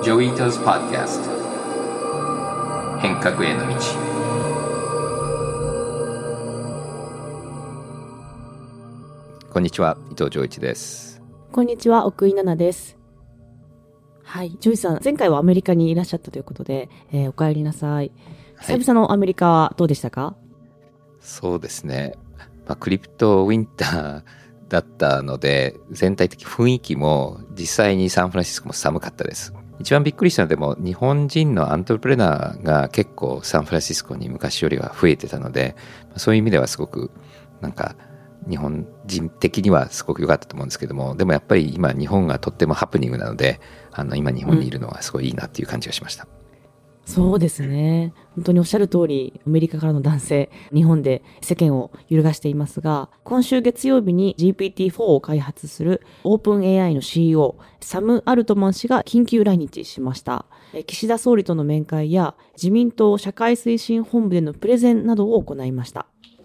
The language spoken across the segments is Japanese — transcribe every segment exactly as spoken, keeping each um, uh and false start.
ジョイトズ・ポッドキャスト変革への道。こんにちは、伊藤浄一です。 こんにちは、奥井奈々です。はい、ジョイさん、前回はアメリカにいらっしゃったということで、えー、お帰りなさい。久々のアメリカはどうでしたか？ はい、そうですね、まあ、クリプトウィンターだったので、全体的雰囲気も実際にサンフランシスコも寒かったです。一番びっくりしたのでも日本人のアントレプレナーが結構サンフランシスコに昔よりは増えてたので、そういう意味ではすごくなんか日本人的にはすごく良かったと思うんですけども、でもやっぱり今日本がとってもハプニングなので、あの今日本にいるのはすごいいいなっていう感じがしました。 うん、そうですね、本当におっしゃる通り、アメリカからの男性、日本で世間を揺るがしていますが、今週月曜日に ジーピーティーフォー を開発するオープン エーアイ の シーイーオー サム・アルトマン氏が緊急来日しました。岸田総理との面会や自民党社会推進本部でのプレゼンなどを行いました。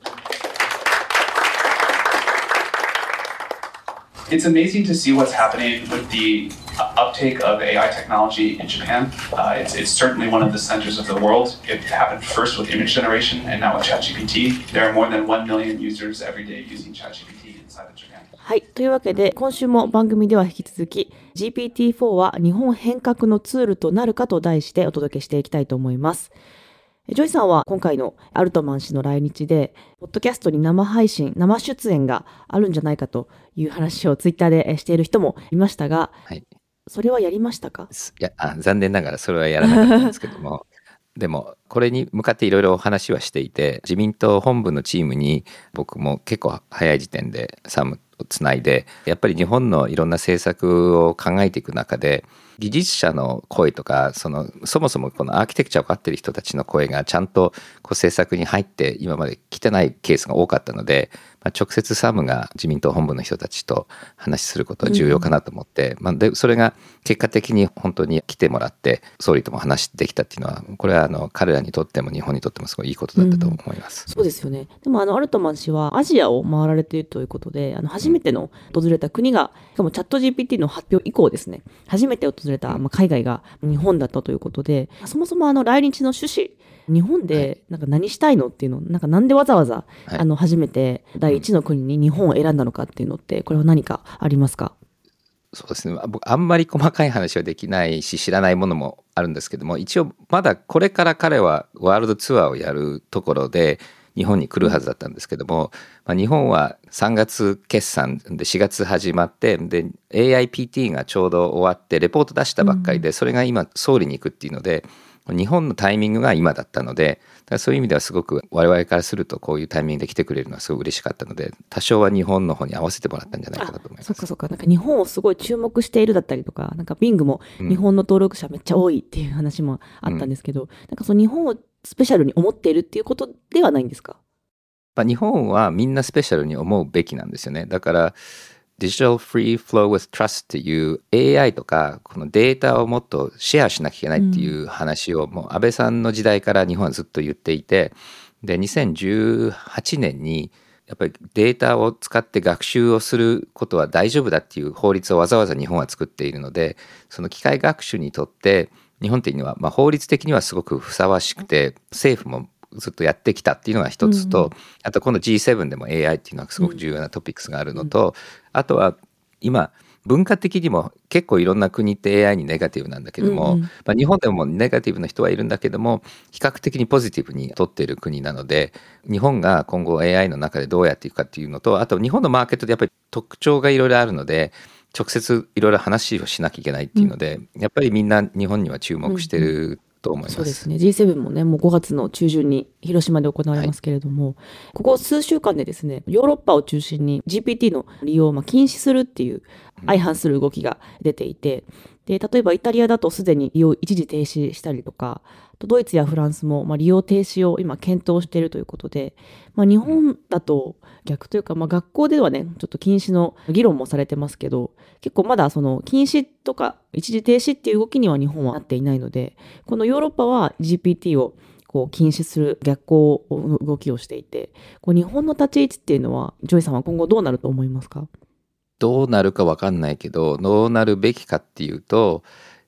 It's amazing to see what's happening with the uptake of A I technology in Japan. Uh, it's, it's certainly one of the centers of the world. It happened first with image generation and now with ChatGPT. There are more than one million users every day using ChatGPT inside of Japan. はい。というわけで、今週も番組では引き続き ジーピーティーフォー は日本変革のツールとなるかと題してお届けしていきたいと思います。ジョイさんは今回のアルトマン氏の来日で、ポッドキャストに生配信、生出演があるんじゃないかという話をツイッターでしている人もいましたが、はい、それはやりましたか？ いや、あ、残念ながらそれはやらなかったんですけどもでもこれに向かっていろいろ話はしていて、自民党本部のチームに僕も結構早い時点でサムをつないで、やっぱり日本のいろんな政策を考えていく中で、技術者の声とか、そのそもそもこのアーキテクチャを分かっている人たちの声がちゃんとこう政策に入って今まで来てないケースが多かったので、まあ、直接サムが自民党本部の人たちと話することは重要かなと思って、うんまあ、でそれが結果的に本当に来てもらって総理とも話できたっていうのは、これはあの彼らにとっても日本にとってもすごいいいことだったと思います。 うん、そうですよね。でもあのアルトマン氏はアジアを回られているということで、あの初めての訪れた国が、しかもチャット ジーピーティー の発表以降ですね、初めて訪れた、まあ、海外が日本だったということで、そもそもあの来日の趣旨、日本でなんか何したいのっていうの、なんかなんでわざわざ、はい、あの初めて第一の国に日本を選んだのかっていうのって、これは何かありますか？ そうですね、僕あんまり細かい話はできないし知らないものもあるんですけども、一応まだこれから彼はワールドツアーをやるところで日本に来るはずだったんですけども、まあ、日本はさんがつ決算でしがつ始まって、で エーアイピーティー がちょうど終わってレポート出したばっかりで、それが今総理に行くっていうので、日本のタイミングが今だったので、だからそういう意味ではすごく我々からするとこういうタイミングで来てくれるのはすごく嬉しかったので、多少は日本の方に合わせてもらったんじゃないかなと思います。 そっかそっか、なんか日本をすごい注目しているだったりとか、なんか Bing も日本の登録者めっちゃ多いっていう話もあったんですけど、うん、なんかその日本をスペシャルに思っているっていうことではないんですか？ まあ、日本はみんなスペシャルに思うべきなんですよね。だからDigital Free Flow with Trust っていう エーアイ とかこのデータをもっとシェアしなきゃいけないっていう話をもう安倍さんの時代から日本はずっと言っていて、でにせんじゅうはちねんにやっぱりデータを使って学習をすることは大丈夫だっていう法律をわざわざ日本は作っているので、その機械学習にとって日本っていうのはまあ法律的にはすごくふさわしくて、政府もずっとやってきたっていうのが一つと、うん、あと今度 ジーセブン でも エーアイ っていうのはすごく重要なトピックスがあるのと、うん、あとは今文化的にも結構いろんな国って エーアイ にネガティブなんだけども、うんうんまあ、日本でもネガティブな人はいるんだけども比較的にポジティブに取っている国なので、日本が今後 エーアイ の中でどうやっていくかっていうのと、あと日本のマーケットでやっぱり特徴がいろいろあるので直接いろいろ話をしなきゃいけないっていうので、うん、やっぱりみんな日本には注目してる、うんうんと思います。 そうですね。ジーセブン もね、もうごがつの中旬に広島で行われますけれども、はい、ここ数週間でですね、ヨーロッパを中心に ジーピーティー の利用をまあ禁止するっていう相反する動きが出ていて、で例えばイタリアだとすでに利用一時停止したりとか、ドイツやフランスもまあ利用停止を今検討しているということで、まあ、日本だと逆というか、まあ、学校ではねちょっと禁止の議論もされてますけど、結構まだその禁止とか一時停止っていう動きには日本はなっていないので、このヨーロッパは ジーピーティー をこう禁止する逆行の動きをしていて、こう日本の立ち位置っていうのはジョイさんは今後どうなると思いますか？ どうなるか分かんないけど、どうなるべきかっていうと、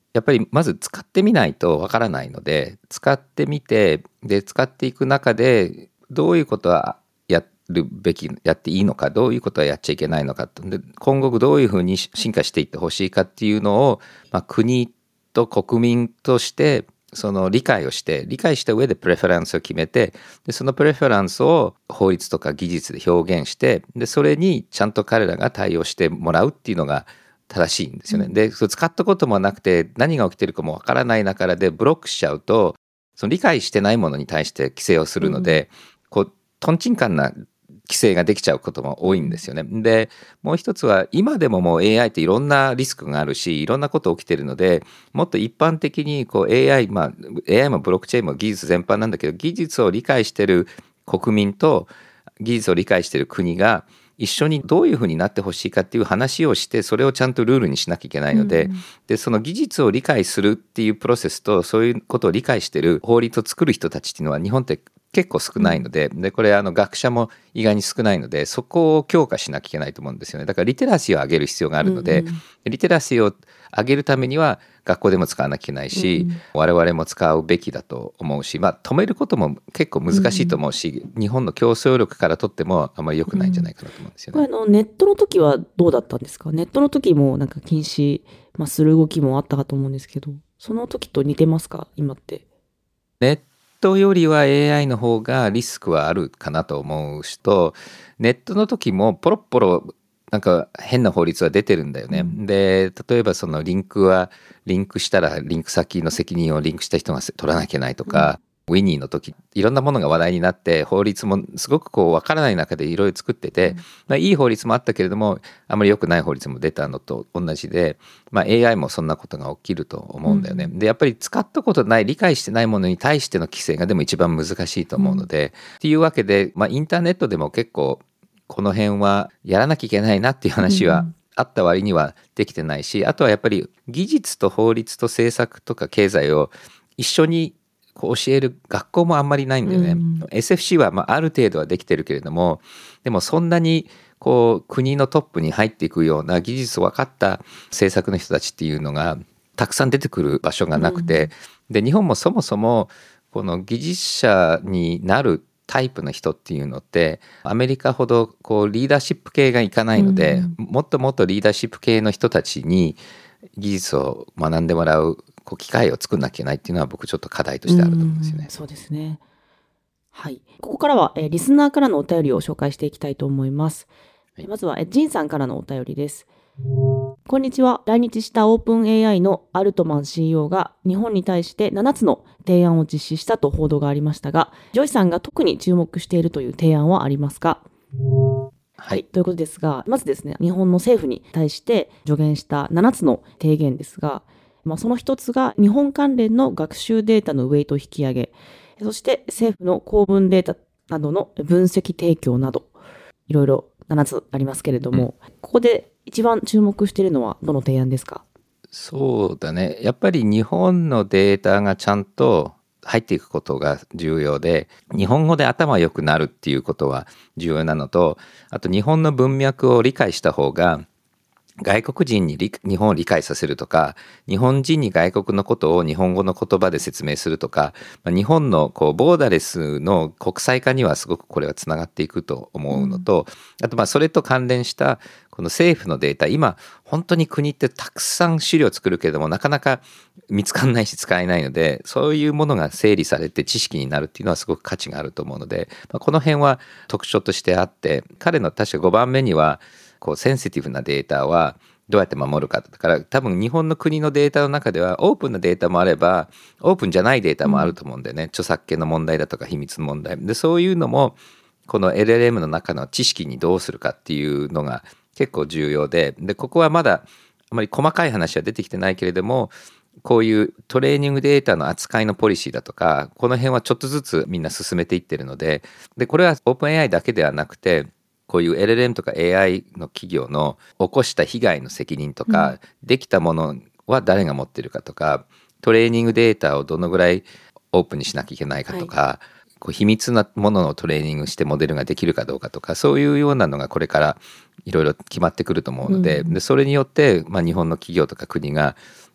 やっぱりまず使ってみないとわからないので、使ってみて、で使っていく中でどういうことはやるべき、やっていいのか、どういうことはやっちゃいけないのかと、で今後どういうふうに進化していってほしいかっていうのを、まあ、国と国民としてその理解をして理解した上でプレフェランスを決めて、でそのプレフェランスを法律とか技術で表現して、でそれにちゃんと彼らが対応してもらうっていうのが正しいんですよね。うん、でそれ使ったこともなくて何が起きてるかもわからない中でブロックしちゃうと、その理解してないものに対して規制をするので、うん、こうとんちんかんな規制ができちゃうことも多いんですよね。でもう一つは今でももう エーアイ っていろんなリスクがあるし、いろんなこと起きてるので、もっと一般的にこう エーアイ、まあ エーアイ もブロックチェーンも技術全般なんだけど、技術を理解してる国民と技術を理解してる国が一緒にどういうふうになってほしいかっていう話をして、それをちゃんとルールにしなきゃいけないので、うん、でその技術を理解するっていうプロセスと、そういうことを理解してる法律を作る人たちっていうのは日本って結構少ないので、でこれあの学者も意外に少ないので、そこを強化しなきゃいけないと思うんですよね。だからリテラシーを上げる必要があるので、うんうん、リテラシーを上げるためには学校でも使わなきゃいけないし、うんうん、我々も使うべきだと思うし、まあ止めることも結構難しいと思うし、うんうん、日本の競争力からとってもあまり良くないんじゃないかなと思うんですよね。 うん、これあのネットの時はどうだったんですか？ネットの時もなんか禁止、まあ、する動きもあったかと思うんですけど、その時と似てますか今って？ ネットよりは エーアイ の方がリスクはあるかなと思う人、ネットの時もポロッポロなんか変な法律は出てるんだよね。うん、で例えばそのリンクはリンクしたらリンク先の責任をリンクした人が取らなきゃいけないとか、うん、ウィニーの時いろんなものが話題になって、法律もすごくこう分からない中でいろいろ作ってて、うんまあ、いい法律もあったけれどもあまり良くない法律も出たのと同じで、まあ、エーアイ もそんなことが起きると思うんだよね。うん、でやっぱり使ったことない理解してないものに対しての規制がでも一番難しいと思うので、うん、っていうわけで、まあ、インターネットでも結構この辺はやらなきゃいけないなっていう話はあった割にはできてないし、あとはやっぱり技術と法律と政策とか経済を一緒にこう教える学校もあんまりないんだよね。うん、エスエフシー はまあある程度はできてるけれども、でもそんなにこう国のトップに入っていくような技術を分かった政策の人たちっていうのがたくさん出てくる場所がなくて、うん、で日本もそもそもこの技術者になるタイプの人っていうのってアメリカほどこうリーダーシップ系がいかないので、うん、もっともっとリーダーシップ系の人たちに技術を学んでもらうこう機会を作んなきゃいけないっていうのは僕ちょっと課題としてあると思うんですよね。 うん、そうですね。はい。ここからは、えー、リスナーからのお便りを紹介していきたいと思います。はい、まずは、えー、ジンさんからのお便りです。こんにちは。来日したオープン エーアイ のアルトマン シーイーオー が日本に対してななつの提案を実施したと報道がありましたが、ジョイさんが特に注目しているという提案はありますか？はい、はい、ということですが、まずですね、日本の政府に対して助言したななつの提言ですが、まあ、その一つが日本関連の学習データのウェイト引き上げ、そして政府の公文データなどの分析提供など、いろいろななつありますけれども、うん、ここで一番注目しているのはどの提案ですか？ そうだね。やっぱり日本のデータがちゃんと入っていくことが重要で、日本語で頭良くなるっていうことは重要なのと、あと日本の文脈を理解した方が外国人に日本を理解させるとか、日本人に外国のことを日本語の言葉で説明するとか、日本のこうボーダレスの国際化にはすごくこれはつながっていくと思うのと、うん、あとまあそれと関連したこの政府のデータ、今本当に国ってたくさん資料作るけれどもなかなか見つかんないし使えないので、そういうものが整理されて知識になるっていうのはすごく価値があると思うので、まあ、この辺は特徴としてあって、彼の確かごばんめにはこうセンシティブなデータはどうやって守るか、だから多分日本の国のデータの中ではオープンなデータもあればオープンじゃないデータもあると思うんだよね、うん、著作権の問題だとか秘密の問題で、そういうのもこの エルエルエム の中の知識にどうするかっていうのが結構重要で、でここはまだあまり細かい話は出てきてないけれども、こういうトレーニングデータの扱いのポリシーだとか、この辺はちょっとずつみんな進めていってるので、でこれはオープン エーアイ だけではなくて、こういう エルエルエム とか エーアイ の企業の起こした被害の責任とか、うん、できたものは誰が持ってるかとか、トレーニングデータをどのぐらいオープンにしなきゃいけないかとか、はい、こう秘密なもののトレーニングしてモデルができるかどうかとか、そういうようなのがこれからいろいろ決まってくると思うので、うん、でそれによって、まあ、日本の企業とか国が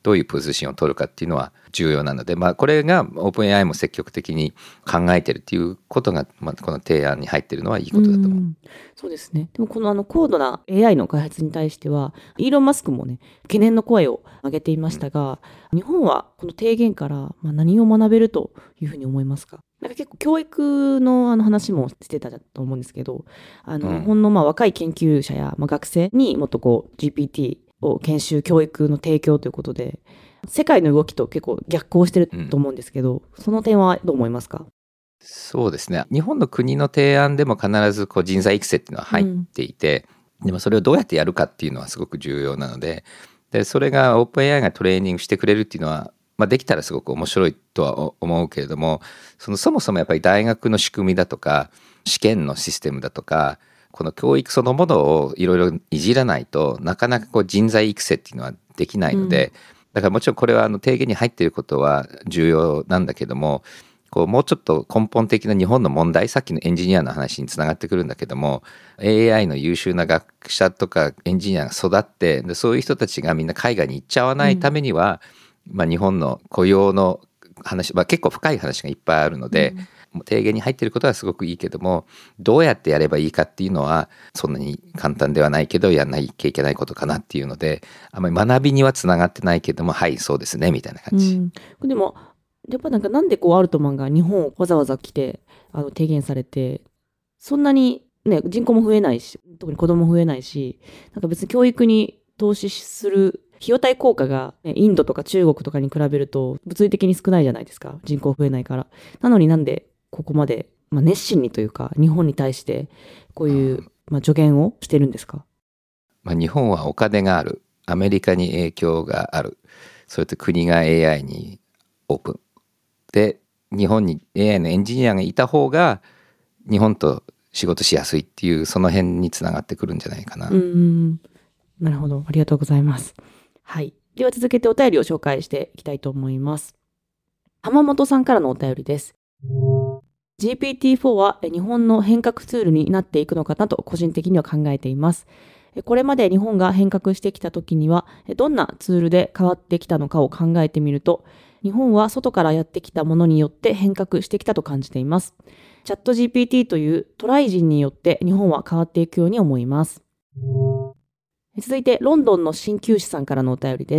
どういうポジションを取るかっていうのは重要なので、まあ、これがオープン エーアイ も積極的に考えてるっていうことが、まあ、この提案に入ってるのはいいことだと思う。 うん、そうですね。でもこのあの高度な エーアイ の開発に対してはイーロン・マスクもね懸念の声を上げていましたが、うん、日本はこの提言からまあ何を学べるというふうに思いますか？なんか結構教育のあの話もしてたと思うんですけど、あの、うん、日本のまあ若い研究者やまあ学生にもっとこう ジーピーティー を研修教育の提供ということで世界の動きと結構逆行してると思うんですけど、うん、その点はどう思いますか？ そうですね。日本の国の提案でも必ずこう人材育成っていうのは入っていて、うん、でもそれをどうやってやるかっていうのはすごく重要なので、でそれがオープン エーアイ がトレーニングしてくれるっていうのは、まあ、できたらすごく面白いとは思うけれども、そのそもそもやっぱり大学の仕組みだとか試験のシステムだとかこの教育そのものをいろいろいじらないとなかなかこう人材育成っていうのはできないので、うん、だからもちろんこれはあの提言に入っていることは重要なんだけども、こうもうちょっと根本的な日本の問題、さっきのエンジニアの話につながってくるんだけども、 エーアイ の優秀な学者とかエンジニアが育ってでそういう人たちがみんな海外に行っちゃわないためには、うんまあ、日本の雇用の話、まあ、結構深い話がいっぱいあるので、うん、提言に入っていることはすごくいいけども、どうやってやればいいかっていうのはそんなに簡単ではないけどやらなきゃいけないことかなっていうので、あまり学びにはつながってないけども、はいそうですねみたいな感じ、 うん、でもやっぱなんかなんでこうアルトマンが日本をわざわざ来てあの提言されて、そんなにね人口も増えないし特に子供も増えないし、なんか別に教育に投資する費用対効果が、ね、インドとか中国とかに比べると物理的に少ないじゃないですか、人口増えないから。なのになんでここまで、まあ、熱心にというか日本に対してこういう、まあ、助言をしてるんですか？ まあ、日本はお金がある、アメリカに影響がある、それと国が エーアイ にオープンで、日本に エーアイ のエンジニアがいた方が日本と仕事しやすいっていう、その辺につながってくるんじゃないかな。 うん、なるほど、ありがとうございます。はい、では続けてお便りを紹介していきたいと思います。浜本さんからのお便りです。 ジーピーティーフォー は日本の変革ツールになっていくのかなと個人的には考えています。これまで日本が変革してきた時にはどんなツールで変わってきたのかを考えてみると、日本は外からやってきたものによって変革してきたと感じています。チャット ジーピーティー というトライ人によって日本は変わっていくように思います。続いてロンドンの鍼灸師さんからのお便りです。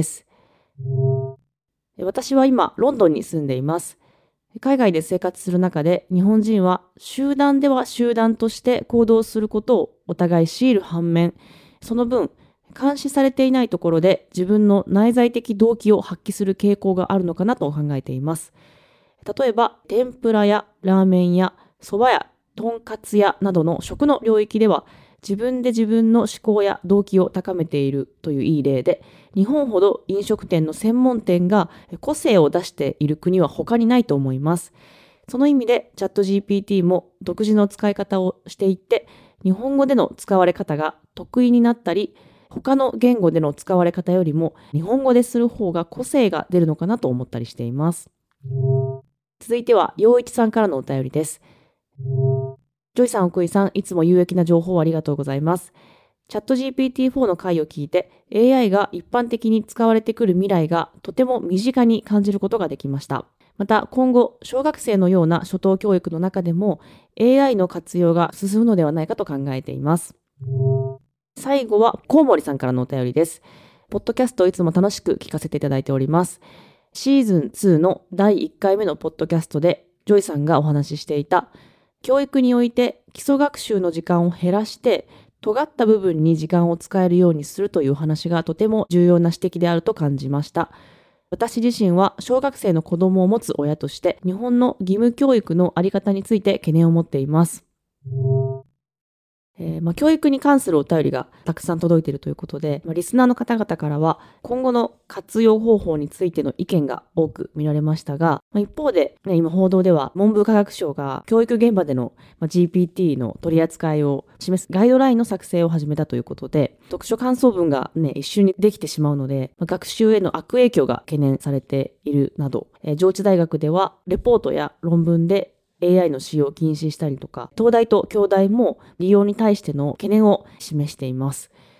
私は今ロンドンに住んでいます。海外で生活する中で日本人は集団では集団として行動することをお互い強いる反面、その分監視されていないところで自分の内在的動機を発揮する傾向があるのかなと考えています。例えば天ぷらやラーメンや蕎麦やとんかつ屋などの食の領域では自分で自分の思考や動機を高めているといういい例で、日本ほど飲食店の専門店が個性を出している国は他にないと思います。その意味でチャット ジーピーティー も独自の使い方をしていって、日本語での使われ方が得意になったり、他の言語での使われ方よりも日本語でする方が個性が出るのかなと思ったりしています。続いては陽一さんからのお便りです。ジョイさん、奥井さん、いつも有益な情報をありがとうございます。チャット ジーピーティーフォー の回を聞いて エーアイ が一般的に使われてくる未来がとても身近に感じることができました。また今後小学生のような初等教育の中でも エーアイ の活用が進むのではないかと考えています。最後はコウモリさんからのお便りです。ポッドキャストをいつも楽しく聞かせていただいております。シーズンツーのだいいっかいめのポッドキャストでジョイさんがお話ししていた教育において基礎学習の時間を減らして尖った部分に時間を使えるようにするという話がとても重要な指摘であると感じました。私自身は小学生の子供を持つ親として日本の義務教育のあり方について懸念を持っています。えーまあ、教育に関するお便りがたくさん届いているということで、まあ、リスナーの方々からは今後の活用方法についての意見が多く見られましたが、まあ、一方で、ね、今報道では文部科学省が教育現場での ジーピーティー の取り扱いを示すガイドラインの作成を始めたということで、読書感想文が、ね、一瞬にできてしまうので、まあ、学習への悪影響が懸念されているなど、えー、上智大学ではレポートや論文でエーアイ の使用を禁止したりとか、東大と京大も利用に対しての懸念を示しています。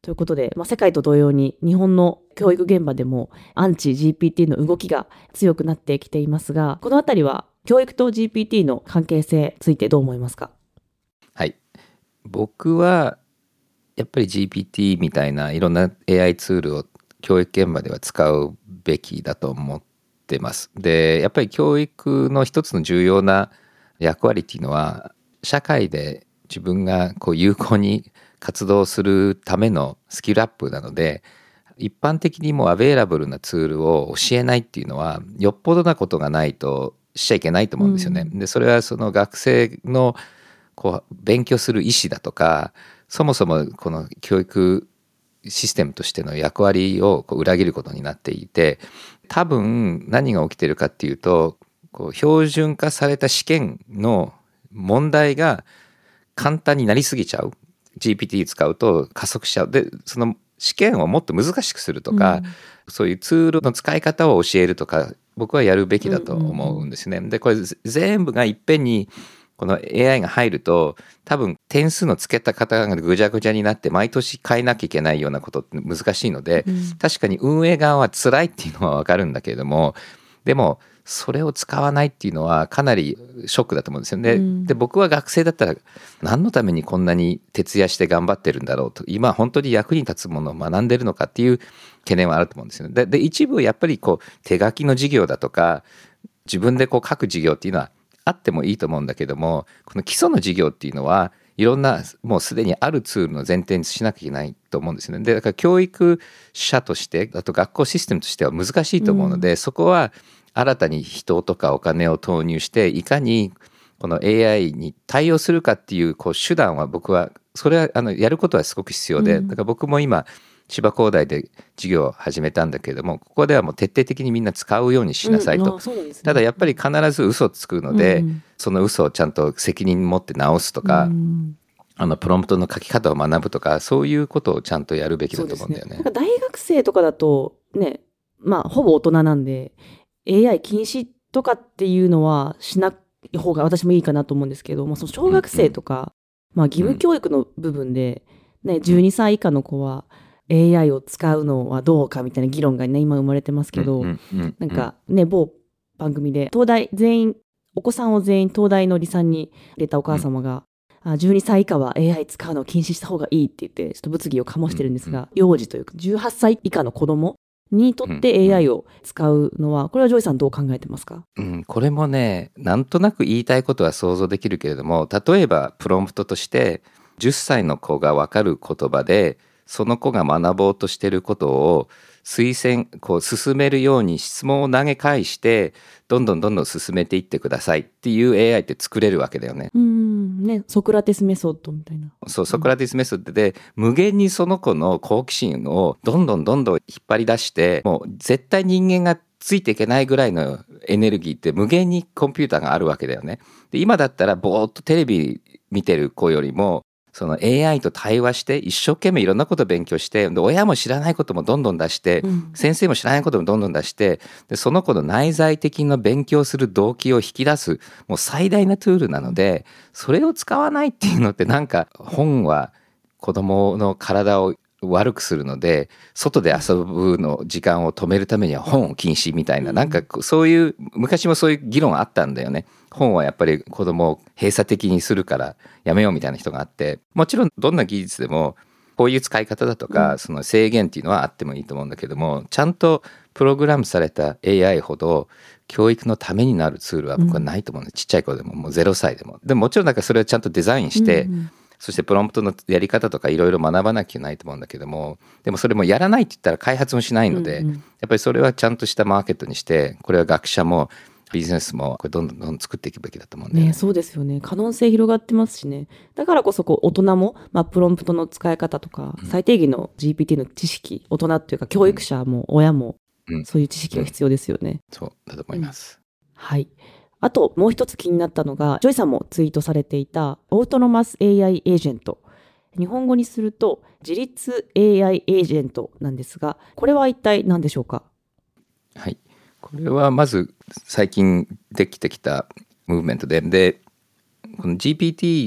ということで、まあ、世界と同様に日本の教育現場でもアンチ ジーピーティー の動きが強くなってきていますが、このあたりは教育と ジーピーティー の関係性についてどう思いますか？ はい、僕はやっぱり ジーピーティー みたいないろんな エーアイ ツールを教育現場では使うべきだと思ってます。で、やっぱり教育の一つの重要な役割っていうのは、社会で自分がこう有効に活動するためのスキルアップなので、一般的にもうアベイラブルなツールを教えないっていうのはよっぽどなことがないとしちゃいけないと思うんですよね。うん、でそれはその学生のこう勉強する意思だとか、そもそもこの教育システムとしての役割をこう裏切ることになっていて、多分何が起きてるかっていうと、こう標準化された試験の問題が簡単になりすぎちゃう。 ジーピーティー 使うと加速しちゃう。でその試験をもっと難しくするとか、うん、そういうツールの使い方を教えるとか、僕はやるべきだと思うんですね。でこれ全部がいっぺんにこの エーアイ が入ると、多分点数の付けた方がぐちゃぐちゃになって毎年変えなきゃいけないようなことって難しいので、うん、確かに運営側は辛いっていうのは分かるんだけれども、でもそれを使わないっていうのはかなりショックだと思うんですよね。うん、で僕は学生だったら何のためにこんなに徹夜して頑張ってるんだろうと、今本当に役に立つものを学んでるのかっていう懸念はあると思うんですよね。で、で一部やっぱりこう手書きの授業だとか自分でこう書く授業っていうのはあってもいいと思うんだけども、この基礎の授業っていうのはいろんなもうすでにあるツールの前提にしなきゃいけないと思うんですよね。でだから教育者としてあと学校システムとしては難しいと思うので、うん、そこは新たに人とかお金を投入していかにこの エーアイ に対応するかっていうこう手段は、僕はそれはあのやることはすごく必要で、だから僕も今千葉工大で授業を始めたんだけれども、ここではもう徹底的にみんな使うようにしなさいと、うんね、ただやっぱり必ず嘘をつくので、うん、その嘘をちゃんと責任持って直すとか、うん、あのプロンプトの書き方を学ぶとか、そういうことをちゃんとやるべきだと思うんだよね。 なんか大学生とかだとね、まあほぼ大人なんで エーアイ 禁止とかっていうのはしない方が私もいいかなと思うんですけども、その小学生とか、うんうん、まあ義務教育の部分で、ね、じゅうにさい以下の子はエーアイ を使うのはどうかみたいな議論がね今生まれてますけど、うんうんうん、なんかね某番組で東大全員お子さんを全員東大の離散に入れたお母様が、うん、あじゅうにさい以下は エーアイ 使うのを禁止した方がいいって言ってちょっと物議を醸してるんですが、うんうん、幼児というかじゅうはっさい以下の子供にとって エーアイ を使うのは、これはジョイさんどう考えてますか？ うん、これもねなんとなく言いたいことは想像できるけれども、例えばプロンプトとしてじゅっさいの子が分かる言葉でその子が学ぼうとしていることを推薦こう進めるように質問を投げ返してどんどんどんどん進めていってくださいっていう エーアイ って作れるわけだよね。 うんね、ソクラテスメソッドみたいな。 そうソクラテスメソッドで、うん、無限にその子の好奇心をどんどんどんどん引っ張り出して、もう絶対人間がついていけないぐらいのエネルギーって無限にコンピューターがあるわけだよね。で今だったらぼーっとテレビ見てる子よりもその エーアイ と対話して一生懸命いろんなことを勉強して、で親も知らないこともどんどん出して、うん、先生も知らないこともどんどん出して、でその子の内在的な勉強する動機を引き出すもう最大なツールなので、それを使わないっていうのってなんか本は子供の体を悪くするので外で遊ぶの時間を止めるためには本を禁止みたいな、なんかそういう昔もそういう議論あったんだよね。本はやっぱり子供を閉鎖的にするからやめようみたいな人があって、もちろんどんな技術でもこういう使い方だとかその制限っていうのはあってもいいと思うんだけども、ちゃんとプログラムされた エーアイ ほど教育のためになるツールは僕はないと思うので、ちっちゃい子でももうゼロさいでも。でももちろんなんかそれはちゃんとデザインして、うんうん、そしてプロンプトのやり方とかいろいろ学ばなきゃいけないと思うんだけども、でもそれもやらないって言ったら開発もしないので、うんうん、やっぱりそれはちゃんとしたマーケットにして、これは学者もビジネスもこれどんどんどんどん作っていくべきだと思うんで、ねね、そうですよね。可能性広がってますしね。だからこそこう大人も、まあ、プロンプトの使い方とか、うん、最低限の ジーピーティー の知識、大人っていうか教育者も親もそういう知識が必要ですよね。 うんうん、そうだと思います、 うん、はい。あともう一つ気になったのが、ジョイさんもツイートされていたオートノマス エーアイ エージェント、日本語にすると自立 エーアイ エージェントなんですが、これは一体何でしょうか？ はい、これはまず最近できてきたムーブメントで、でこの ジーピーティー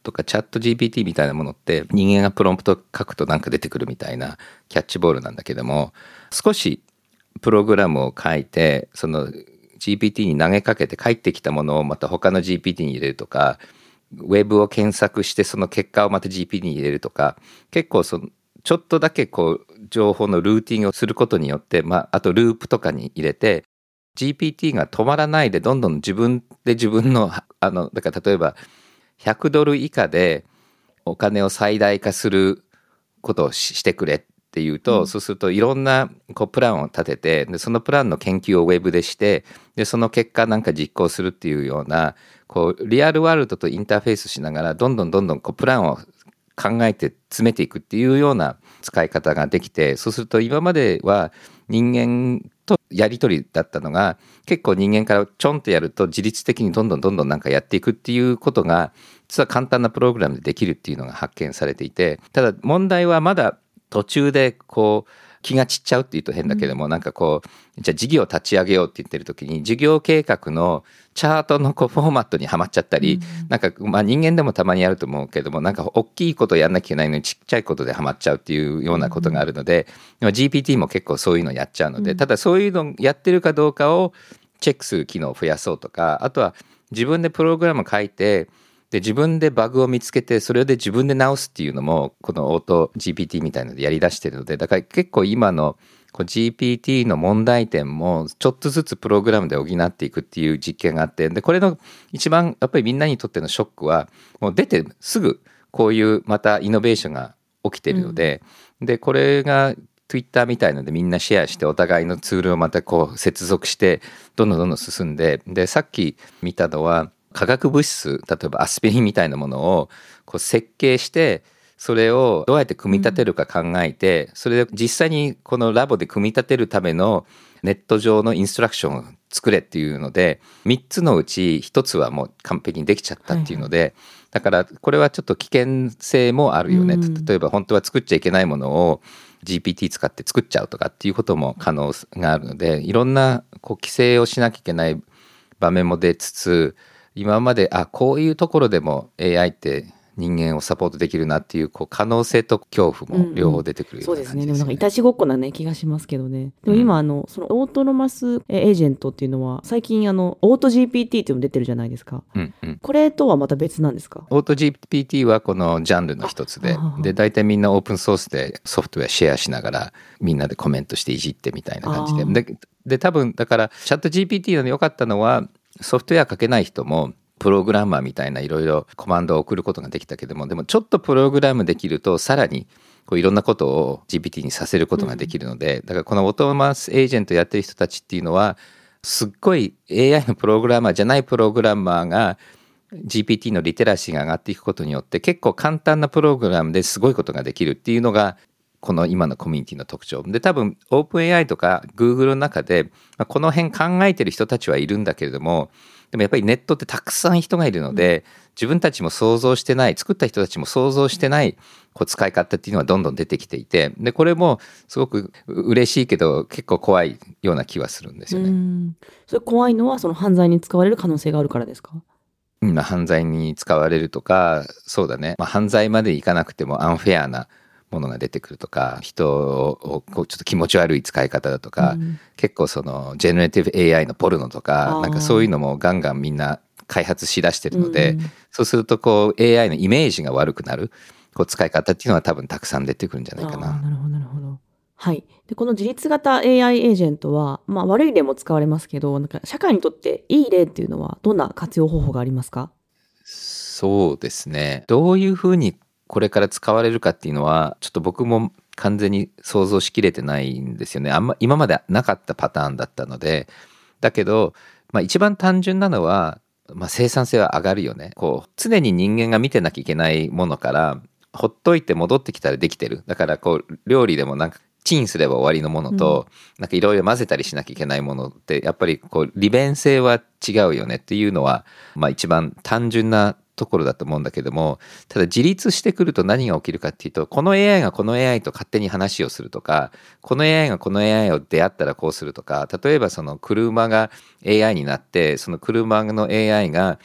とかチャット ジーピーティー みたいなものって人間がプロンプト書くとなんか出てくるみたいなキャッチボールなんだけども、少しプログラムを書いてその ジーピーティー に投げかけて返ってきたものをまた他の ジーピーティー に入れるとか、ウェブを検索してその結果をまた ジーピーティー に入れるとか、結構そのちょっとだけこう情報のルーティングをすることによって、まあ、あとループとかに入れて ジーピーティー が止まらないでどんどん自分で自分のあのだから例えばひゃくドル以下でお金を最大化することを し, してくれっていうと、うん、そうするといろんなこうプランを立てて、でそのプランの研究をウェブでして、でその結果なんか実行するっていうようなこうリアルワールドとインターフェースしながらどんどんどんどんこうプランを考えて詰めていくっていうような使い方ができて、そうすると今までは人間とやり取りだったのが結構人間からちょんとやると自律的にどんどんどんどんなんかやっていくっていうことが実は簡単なプログラムでできるっていうのが発見されていて、ただ問題はまだ途中でこう気が散っちゃうっていうと変だけども、うん、なんかこうじゃあ事業を立ち上げようって言ってる時に事業計画のチャートのこうフォーマットにはまっちゃったり、うん、なんかまあ人間でもたまにやると思うけども、なんか大きいことやんなきゃいけないのにちっちゃいことではまっちゃうっていうようなことがあるので、うん、ジーピーティー も結構そういうのやっちゃうので、うん、ただそういうのやってるかどうかをチェックする機能を増やそうとか、あとは自分でプログラム書いてで自分でバグを見つけてそれで自分で直すっていうのもこのオート ジーピーティー みたいなのでやりだしてるので、だから結構今のこう ジーピーティー の問題点もちょっとずつプログラムで補っていくっていう実験があって、でこれの一番やっぱりみんなにとってのショックはもう出てすぐこういうまたイノベーションが起きてるので、うん、でこれが Twitter みたいのでみんなシェアしてお互いのツールをまたこう接続してどんどんどんどん進んで、でさっき見たのは化学物質、例えばアスピリンみたいなものをこう設計してそれをどうやって組み立てるか考えて、うん、それで実際にこのラボで組み立てるためのネット上のインストラクションを作れっていうのでみっつのうちひとつはもう完璧にできちゃったっていうので、はいはい、だからこれはちょっと危険性もあるよね、うん、例えば本当は作っちゃいけないものを ジーピーティー 使って作っちゃうとかっていうことも可能があるので、いろんなこう規制をしなきゃいけない場面も出つつ、今まであこういうところでも エーアイ って人間をサポートできるなっていう、こう可能性と恐怖も両方出てくるような感じですね。 うんうん、そうですね。でもなんかいたちごっこなね気がしますけどね。でも今、うん、あのそのオートノマスエージェントっていうのは最近あのオート ジーピーティー っていうのも出てるじゃないですか。うんうん、これとはまた別なんですか？ オート ジーピーティー はこのジャンルの一つで、で大体みんなオープンソースでソフトウェアシェアしながらみんなでコメントしていじってみたいな感じで、で, で多分だからチャット ジーピーティー の良かったのはソフトウェア書けない人もプログラマーみたいないろいろコマンドを送ることができたけども、でもちょっとプログラムできるとさらにこういろんなことを ジーピーティー にさせることができるので、うん、だからこのオートノマスエージェントやってる人たちっていうのはすっごい エーアイ のプログラマーじゃないプログラマーが ジーピーティー のリテラシーが上がっていくことによって結構簡単なプログラムですごいことができるっていうのがこの今のコミュニティの特徴で、多分オープン エーアイ とか Google の中でこの辺考えてる人たちはいるんだけれども、でもやっぱりネットってたくさん人がいるので、自分たちも想像してない、作った人たちも想像してないこう使い方っていうのはどんどん出てきていて、でこれもすごく嬉しいけど結構怖いような気はするんですよね。 うん、それ怖いのはその犯罪に使われる可能性があるからですか？ うん、犯罪に使われるとか、そうだね、まあ、犯罪までいかなくてもアンフェアなものが出てくるとか、人をこうちょっと気持ち悪い使い方だとか、うん、結構そのジェネレティブ エーアイ のポルノとかなんかそういうのもガンガンみんな開発しだしてるので、うん、そうするとこう エーアイ のイメージが悪くなるこう使い方っていうのは多分たくさん出てくるんじゃないかな。 なるほどなるほど。はい。でこの自律型 エーアイ エージェントは、まあ、悪い例も使われますけど、なんか社会にとっていい例っていうのはどんな活用方法がありますか？ そうですね。どういうふうにこれから使われるかっていうのはちょっと僕も完全に想像しきれてないんですよね。あんま今までなかったパターンだったので。だけど、まあ、一番単純なのは、まあ、生産性は上がるよね。こう常に人間が見てなきゃいけないものからほっといて戻ってきたらできてる。だからこう料理でもなんかチンすれば終わりのものと、うん、なんかいろいろ混ぜたりしなきゃいけないものってやっぱりこう利便性は違うよねっていうのは、まあ、一番単純なところだと思うんだけども、ただ自立してくると何が起きるかっていうと、この エーアイ がこの エーアイ と勝手に話をするとか、この エーアイ がこの エーアイ を出会ったらこうするとか、例えばその車が エーアイ になって、その車の エーアイ が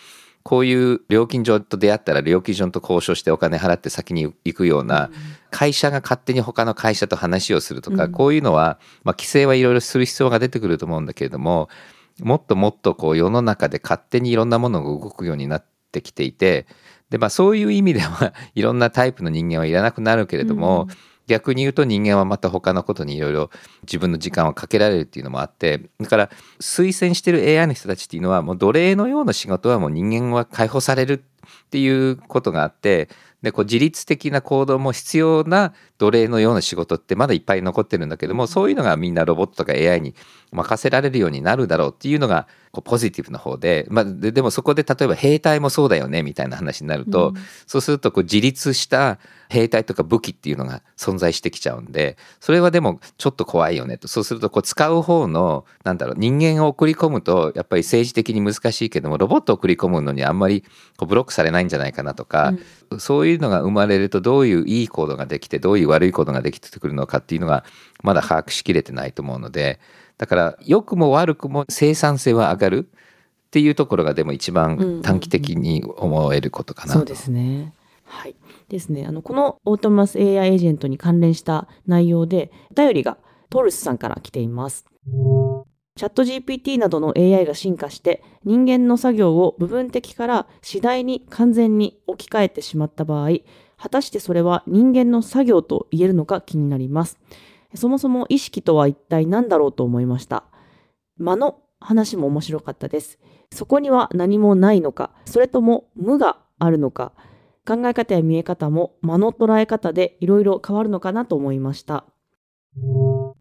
こういう料金所と出会ったら料金所と交渉してお金払って先に行くような、会社が勝手に他の会社と話をするとか、こういうのは、まあ、規制はいろいろする必要が出てくると思うんだけれども、もっともっとこう世の中で勝手にいろんなものが動くようになってきていて、で、まあ、そういう意味ではいろんなタイプの人間はいらなくなるけれども、うん逆に言うと人間はまた他のことにいろいろ自分の時間をかけられるっていうのもあって、だから推薦してる エーアイ の人たちっていうのはもう奴隷のような仕事はもう人間は解放されるっていうことがあって、でこう自律的な行動も必要な奴隷のような仕事ってまだいっぱい残ってるんだけども、そういうのがみんなロボットとか エーアイ に任せられるようになるだろうっていうのがこうポジティブな方で、まあ、で, でもそこで例えば兵隊もそうだよねみたいな話になると、うん、そうするとこう自立した兵隊とか武器っていうのが存在してきちゃうんで、それはでもちょっと怖いよねと。そうするとこう使う方のなんだろう、人間を送り込むとやっぱり政治的に難しいけども、ロボットを送り込むのにあんまりこうブロックされないんじゃないかなとか、うん、そういうのが生まれるとどういういい行動ができてどういう悪い行動ができてくるのかっていうのがまだ把握しきれてないと思うので、だから良くも悪くも生産性は上がるっていうところがでも一番短期的に思えることかなと、 うんうんうん、そうですね。はいですね、あのこのオートマス エーアイ エージェントに関連した内容でお便りがトルスさんから来ています。チャット ジーピーティー などの エーアイ が進化して人間の作業を部分的から次第に完全に置き換えてしまった場合、果たしてそれは人間の作業と言えるのか気になります。そもそも意識とは一体何だろうと思いました。間の話も面白かったです。そこには何もないのか、それとも無があるのか、考え方や見え方も間の捉え方でいろいろ変わるのかなと思いました。はい、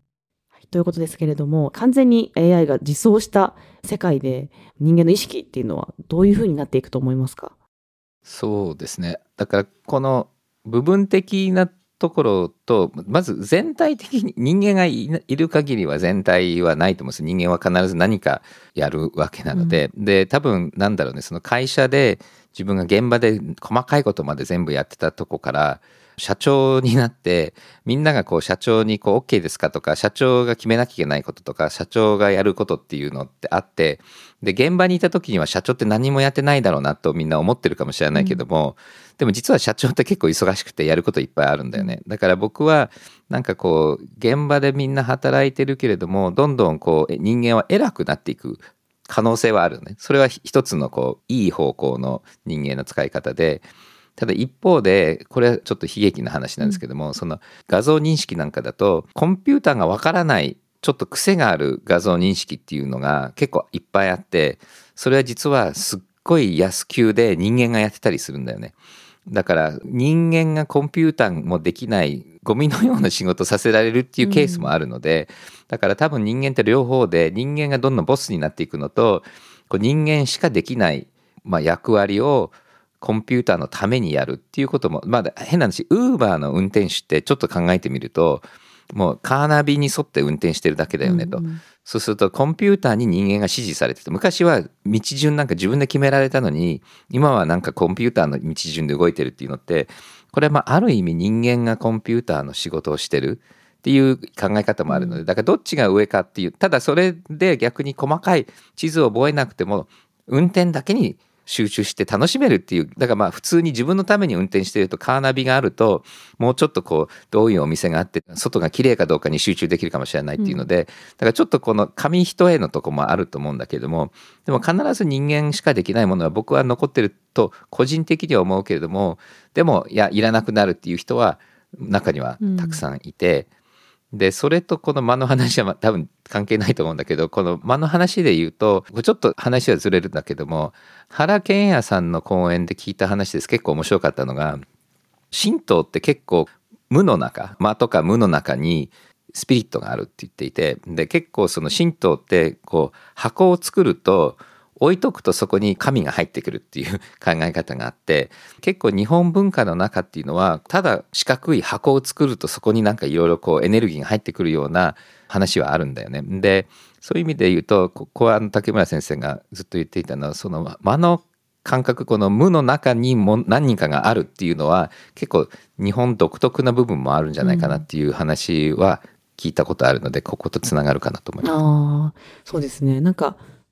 ということですけれども、完全に エーアイ が自走した世界で人間の意識っていうのはどういうふうになっていくと思いますか？ そうですね。だからこの部分的なところと、まず全体的に人間が い, いる限りは全体はないと思うんです。人間は必ず何かやるわけなので、うん、で多分なんだろうね、その会社で自分が現場で細かいことまで全部やってたとこから社長になって、みんながこう社長にこう OK ですかとか、社長が決めなきゃいけないこととか、社長がやることっていうのってあって、で現場にいた時には社長って何もやってないだろうなとみんな思ってるかもしれないけども、うん、でも実は社長って結構忙しくてやることいっぱいあるんだよね。だから僕はなんかこう現場でみんな働いてるけれども、どんどんこう人間は偉くなっていく可能性はあるのね。それは一つのこういい方向の人間の使い方で、ただ一方でこれはちょっと悲劇な話なんですけども、うん、その画像認識なんかだとコンピューターがわからないちょっと癖がある画像認識っていうのが結構いっぱいあって、それは実はすっごい安給で人間がやってたりするんだよね。だから人間がコンピューターもできないゴミのような仕事させられるっていうケースもあるので、うん、だから多分人間って両方で、人間がどんどんボスになっていくのと、こう人間しかできない、まあ、役割をコンピューターのためにやるっていうことも、まあ変な話、ウーバーの運転手ってちょっと考えてみると、もうカーナビに沿って運転してるだけだよねと、うんうん、そうするとコンピューターに人間が指示されてて、昔は道順なんか自分で決められたのに、今はなんかコンピューターの道順で動いてるっていうのって、これはまあある意味人間がコンピューターの仕事をしてるっていう考え方もあるので、だからどっちが上かっていう、ただそれで逆に細かい地図を覚えなくても運転だけに集中して楽しめるっていう、だからまあ普通に自分のために運転してると、カーナビがあるともうちょっとこうどういうお店があって外が綺麗かどうかに集中できるかもしれないっていうので、うん、だからちょっとこの紙一重のとこもあると思うんだけれども、でも必ず人間しかできないものは僕は残ってると個人的には思うけれども、でもいやいらなくなるっていう人は中にはたくさんいて、うん、でそれとこの間の話は多分関係ないと思うんだけど、この間の話で言うとちょっと話はずれるんだけども、原賢也さんの講演で聞いた話です。結構面白かったのが、神道って結構無の中、間とか無の中にスピリットがあるって言っていて、で結構その神道ってこう箱を作ると置いとくとそこに神が入ってくるっていう考え方があって、結構日本文化の中っていうのはただ四角い箱を作るとそこになんかいろいろこうエネルギーが入ってくるような話はあるんだよね。でそういう意味で言うと、ここは竹村先生がずっと言っていたのは、その間の感覚、この無の中にも何人かがあるっていうのは結構日本独特な部分もあるんじゃないかなっていう話は聞いたことあるので、こことつながるかなと思います。 ああ、そうですね。なんか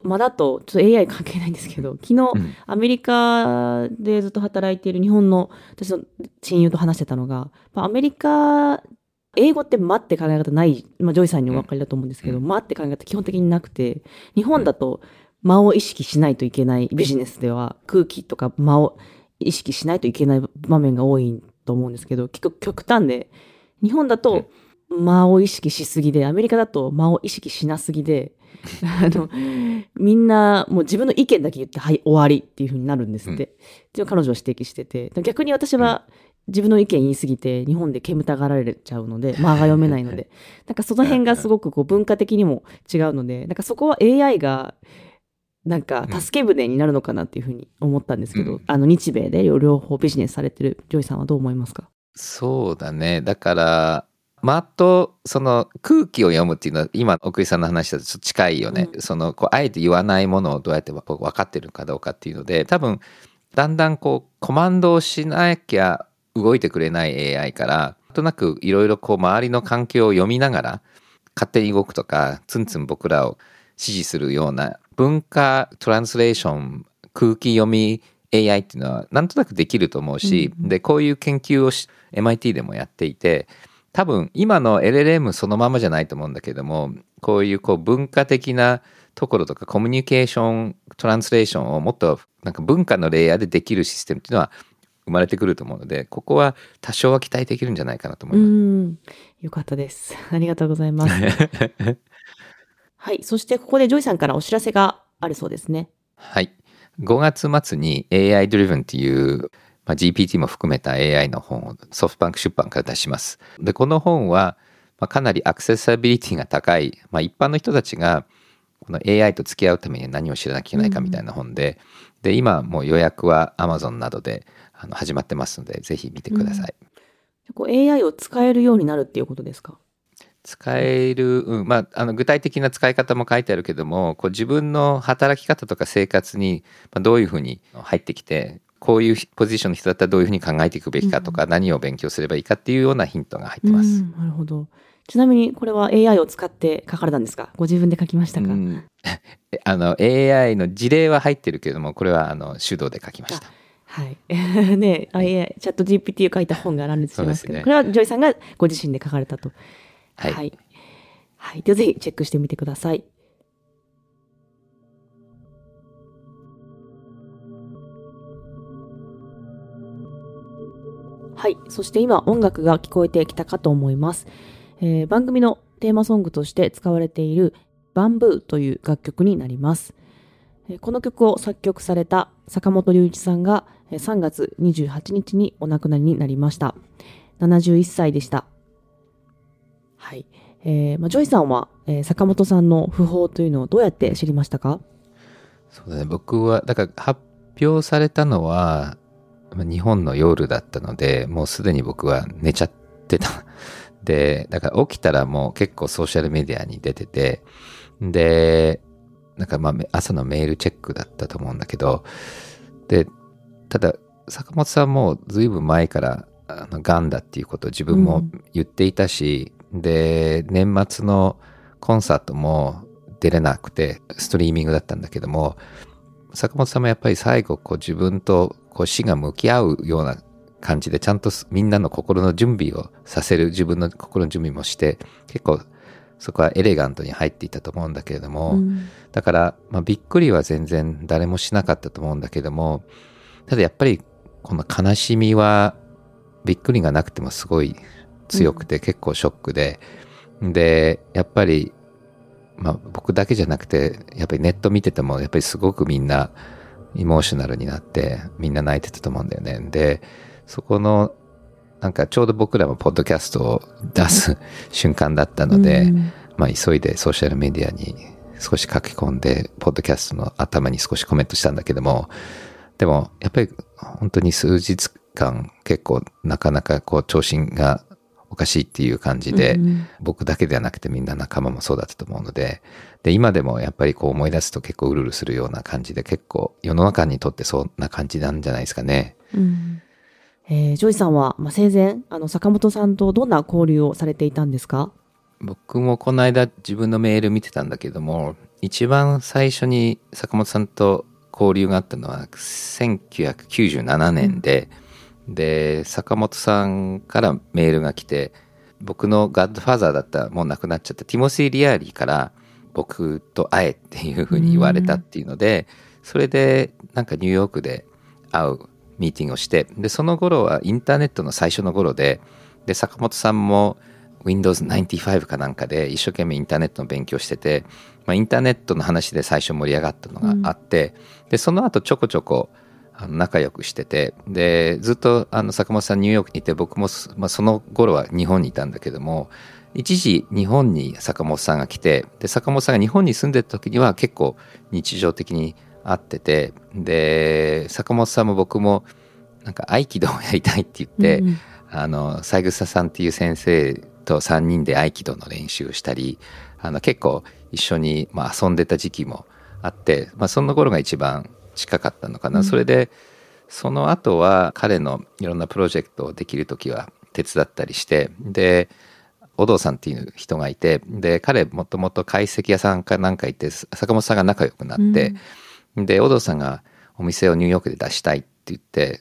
まだと、ちょっと エーアイ 関係ないんですけど、昨日、 うん、 アメリカでずっと働いている日本の私の親友と話してたのが、アメリカ、英語って間って考え方ない、まあ、ジョイさんにお分かりだと思うんですけど、 うん、 間って考え方基本的になくて、日本だと間を意識しないといけないビジネスでは、空気とか間を意識しないといけない場面が多いと思うんですけど、結構極端で、日本だと間を意識しすぎで、アメリカだと間を意識しなすぎで、あの、みんなもう自分の意見だけ言って、はい、終わりっていう風になるんですって。っていう彼女は指摘してて、逆に私は自分の意見言いすぎて、日本で煙たがられちゃうので、間が読めないので、なんかその辺がすごくこう文化的にも違うので、なんかそこは エーアイ が、なんか助け舟になるのかなっていう風に思ったんですけど、うん、あの日米で両方ビジネスされてるジョイさんはどう思いますか？ そうだね。だから、間とその空気を読むっていうのは今奥井さんの話だとちょっと近いよね、うん、そのこうあえて言わないものをどうやって分かってるかどうかっていうので、多分だんだんこうコマンドをしなきゃ動いてくれない エーアイ からなんとなくいろいろこう周りの環境を読みながら勝手に動くとかツンツン僕らを指示するような文化トランスレーション空気読み エーアイ っていうのはなんとなくできると思うし、うん、でこういう研究をし エムアイティー でもやっていて、多分今の エルエルエム そのままじゃないと思うんだけども、こういうこう文化的なところとかコミュニケーショントランスレーションをもっとなんか文化のレイヤーでできるシステムっていうのは生まれてくると思うので、ここは多少は期待できるんじゃないかなと思います。 うん、よかったです。ありがとうございます。はい、そしてここでジョイさんからお知らせがあるそうですね。 はい、ごがつ末に エーアイ Driven っていうまあ、ジーピーティー も含めた エーアイ の本をソフトバンク出版から出します。で、この本は、まあ、かなりアクセサビリティが高い、まあ、一般の人たちがこの エーアイ と付き合うために何を知らなきゃいけないかみたいな本で、うん、で、今もう予約は Amazon などであの始まってますので、ぜひ見てください。 うん、こう エーアイ を使えるようになるっていうことですか？ 使える、うん、まあ、あの具体的な使い方も書いてあるけども、こう自分の働き方とか生活にどういうふうに入ってきて、こういうポジションの人だったらどういうふうに考えていくべきかとか、うん、何を勉強すればいいかっていうようなヒントが入ってます。 うん、なるほど。ちなみにこれは エーアイ を使って書かれたんですか？ご自分で書きましたか？うん、 あの エーアイ の事例は入ってるけども、これはあの手動で書きました。 はい。ね、はい、チャット ジーピーティー を書いた本が乱立しますけど、ね、これはジョイさんがご自身で書かれたと。 はい。 はい。はい、でぜひチェックしてみてください。はい。そして今音楽が聞こえてきたかと思います。えー、番組のテーマソングとして使われているバンブーという楽曲になります。えー、この曲を作曲された坂本龍一さんがさんがつにじゅうはちにちにお亡くなりになりました。ななじゅういっさいでした。はい。えーまあ、ジョイさんは、えー、坂本さんの訃報というのをどうやって知りましたか？ そうだね。僕は、だから発表されたのは、日本の夜だったので、もうすでに僕は寝ちゃってた。で、だから起きたらもう結構ソーシャルメディアに出てて、で、なんかまあ朝のメールチェックだったと思うんだけど、で、ただ坂本さんもずいぶん前からあのがんだっていうことを自分も言っていたし、うん、で、年末のコンサートも出れなくて、ストリーミングだったんだけども、坂本さんもやっぱり最後こう自分とこう死が向き合うような感じでちゃんとみんなの心の準備をさせる自分の心の準備もして結構そこはエレガントに入っていたと思うんだけれども、うん、だから、まあ、びっくりは全然誰もしなかったと思うんだけども、ただやっぱりこの悲しみはびっくりがなくてもすごい強くて結構ショックで、うん、でやっぱりまあ、僕だけじゃなくてやっぱりネット見ててもやっぱりすごくみんなエモーショナルになってみんな泣いてたと思うんだよね。でそこのなんかちょうど僕らもポッドキャストを出す瞬間だったので、うん、まあ急いでソーシャルメディアに少し書き込んでポッドキャストの頭に少しコメントしたんだけども、でもやっぱり本当に数日間結構なかなかこう調子がおかしいっていう感じで、うんうん、僕だけではなくてみんな仲間もそうだったと思うので、で今でもやっぱりこう思い出すと結構うるうるするような感じで、結構世の中にとってそんな感じなんじゃないですかね。 うん、えー、ジョイさんは、まあ、生前あの坂本さんとどんな交流をされていたんですか？ 僕もこの間自分のメール見てたんだけども、 一番最初に坂本さんと交流があったのはせんきゅうひゃくきゅうじゅうななねんで、うん、で坂本さんからメールが来て、僕のガッドファーザーだったもう亡くなっちゃったティモシー・リアーリーから僕と会えっていうふうに言われたっていうので、うん、それでなんかニューヨークで会うミーティングをして、でその頃はインターネットの最初の頃で、で坂本さんも ウィンドウズナインティファイブ かなんかで一生懸命インターネットの勉強してて、まあ、インターネットの話で最初盛り上がったのがあって、うん、でその後ちょこちょこあの仲良くしてて、でずっとあの坂本さんニューヨークにいて、僕も、まあ、その頃は日本にいたんだけども、一時日本に坂本さんが来て、で坂本さんが日本に住んでた時には結構日常的に会ってて、で坂本さんも僕もなんか合気道をやりたいって言って、うん、あの三枝さんっていう先生とさんにんで合気道の練習をしたり、あの結構一緒にまあ遊んでた時期もあって、まあ、その頃が一番近かったのかな、うん、それでその後は彼のいろんなプロジェクトをできる時は手伝ったりして、で小堂さんっていう人がいて、で彼もともと懐石屋さんかなんかいて、坂本さんが仲良くなって、うん、で小堂さんがお店をニューヨークで出したいって言って、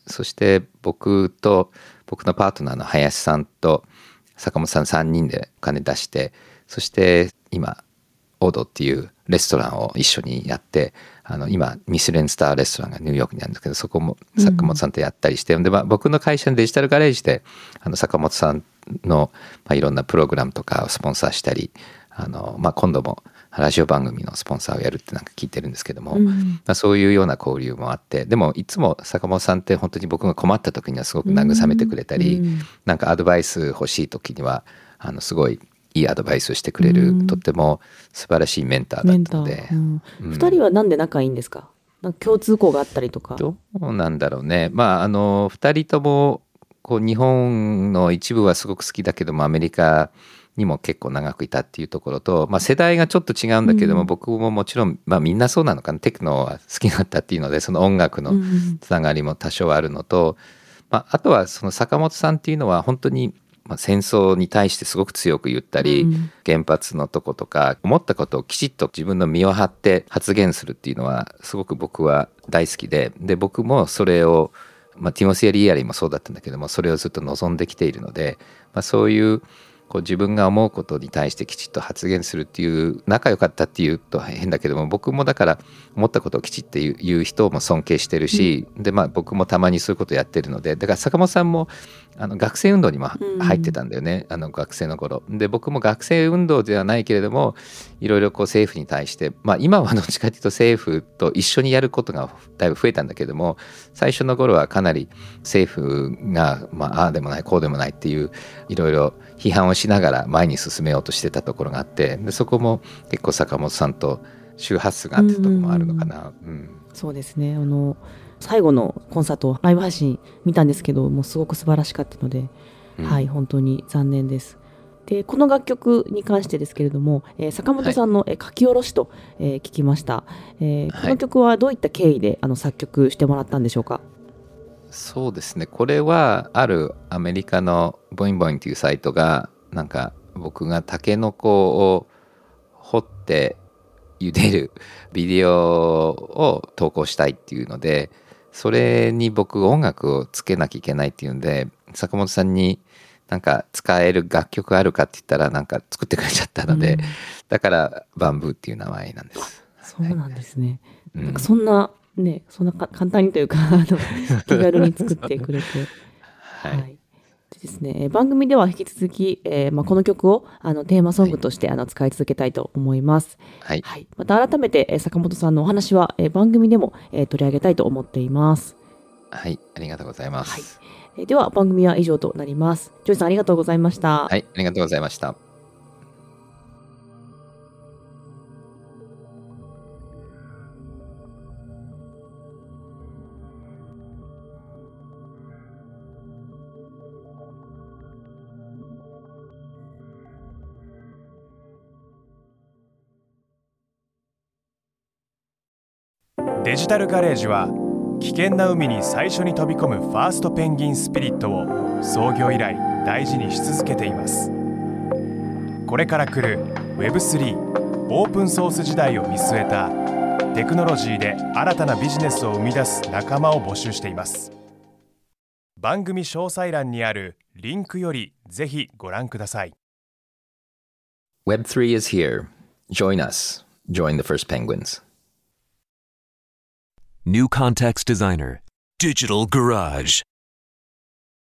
そして僕と僕のパートナーの林さんと坂本さんさんにんでお金出して、そして今オードっていうレストランを一緒にやって、あの今ミシュレンスターレストランがニューヨークにあるんですけど、そこも坂本さんとやったりして、うん、で、まあ、僕の会社のデジタルガレージであの坂本さんの、まあ、いろんなプログラムとかをスポンサーしたり、あの、まあ、今度もラジオ番組のスポンサーをやるってなんか聞いてるんですけども、うんまあ、そういうような交流もあって、でもいつも坂本さんって本当に僕が困った時にはすごく慰めてくれたり、うん、なんかアドバイス欲しい時にはあのすごいいいアドバイスをしてくれる、うん、とっても素晴らしいメンターだったので、 うんうん、ふたりはなんで仲いいんですか？なんか共通項があったりとか。 どうなんだろうね。まああのふたりともこう日本の一部はすごく好きだけどもアメリカにも結構長くいたっていうところと、まあ、世代がちょっと違うんだけども、うん、僕ももちろん、まあ、みんなそうなのかな、テクノは好きだったっていうのでその音楽のつながりも多少あるのと、うんまあ、あとはその坂本さんっていうのは本当にまあ戦争に対してすごく強く言ったり、うん、原発のとことか思ったことをきちっと自分の身を張って発言するっていうのはすごく僕は大好きで、で僕もそれを、まあ、ティモシー・リーアリーもそうだったんだけどもそれをずっと望んできているので、まあ、そういうこう自分が思うことに対してきちっと発言するっていう仲良かったっていうと変だけども、僕もだから思ったことをきちっと言う人も尊敬してるし、うん、でまあ僕もたまにそういうことやってるので、だから坂本さんもあの学生運動にも入ってたんだよね、うん、あの学生の頃で、僕も学生運動ではないけれどもいろいろこう政府に対して、まあ今はどっちかというと政府と一緒にやることがだいぶ増えたんだけども、最初の頃はかなり政府が、まあ、ああでもないこうでもないっていういろいろ批判をしながら前に進めようとしてたところがあって、でそこも結構坂本さんと周波数があってたところもあるのかな、うんうん、 そうですね。あの最後のコンサートライブ配信見たんですけどもうすごく素晴らしかったので、うん、はい本当に残念です。でこの楽曲に関してですけれども、えー、坂本さんの書き下ろしと、えー、聞きました、えー、この曲はどういった経緯であの作曲してもらったんでしょうか？ そうですね、これはあるアメリカのボインボインというサイトがなんか僕がタケノコを掘って茹でるビデオを投稿したいっていうので、それに僕音楽をつけなきゃいけないっていうんで坂本さんになんか使える楽曲あるかって言ったらなんか作ってくれちゃったので、うん、だからバンブーっていう名前なんです。 そうなんですね、はい、なんかそんなねそんな簡単にというかあの気軽に作ってくれてはい、はいですね、番組では引き続き、えーまあ、この曲をあのテーマソングとして、はい、あの使い続けたいと思います、 はいはい、 また改めて、えー、坂本さんのお話は、えー、番組でも、えー、取り上げたいと思っています。 はい、ありがとうございます、はいえー、では番組は以上となります。ジョイさんありがとうございました。 はい、ありがとうございました。 デジタルガレージは危険な海に最初に飛び込むファーストペンギンスピリットを創業以来大事にし続けています。これから来る ウェブスリーオープンソース時代を見据えたテクノロジーで新たなビジネスを生み出す仲間を募集しています。番組詳細欄にあるリンクよりぜひご覧ください。 ウェブスリー is here. Join us. Join the first penguins. New Context Designer, Digital Garage.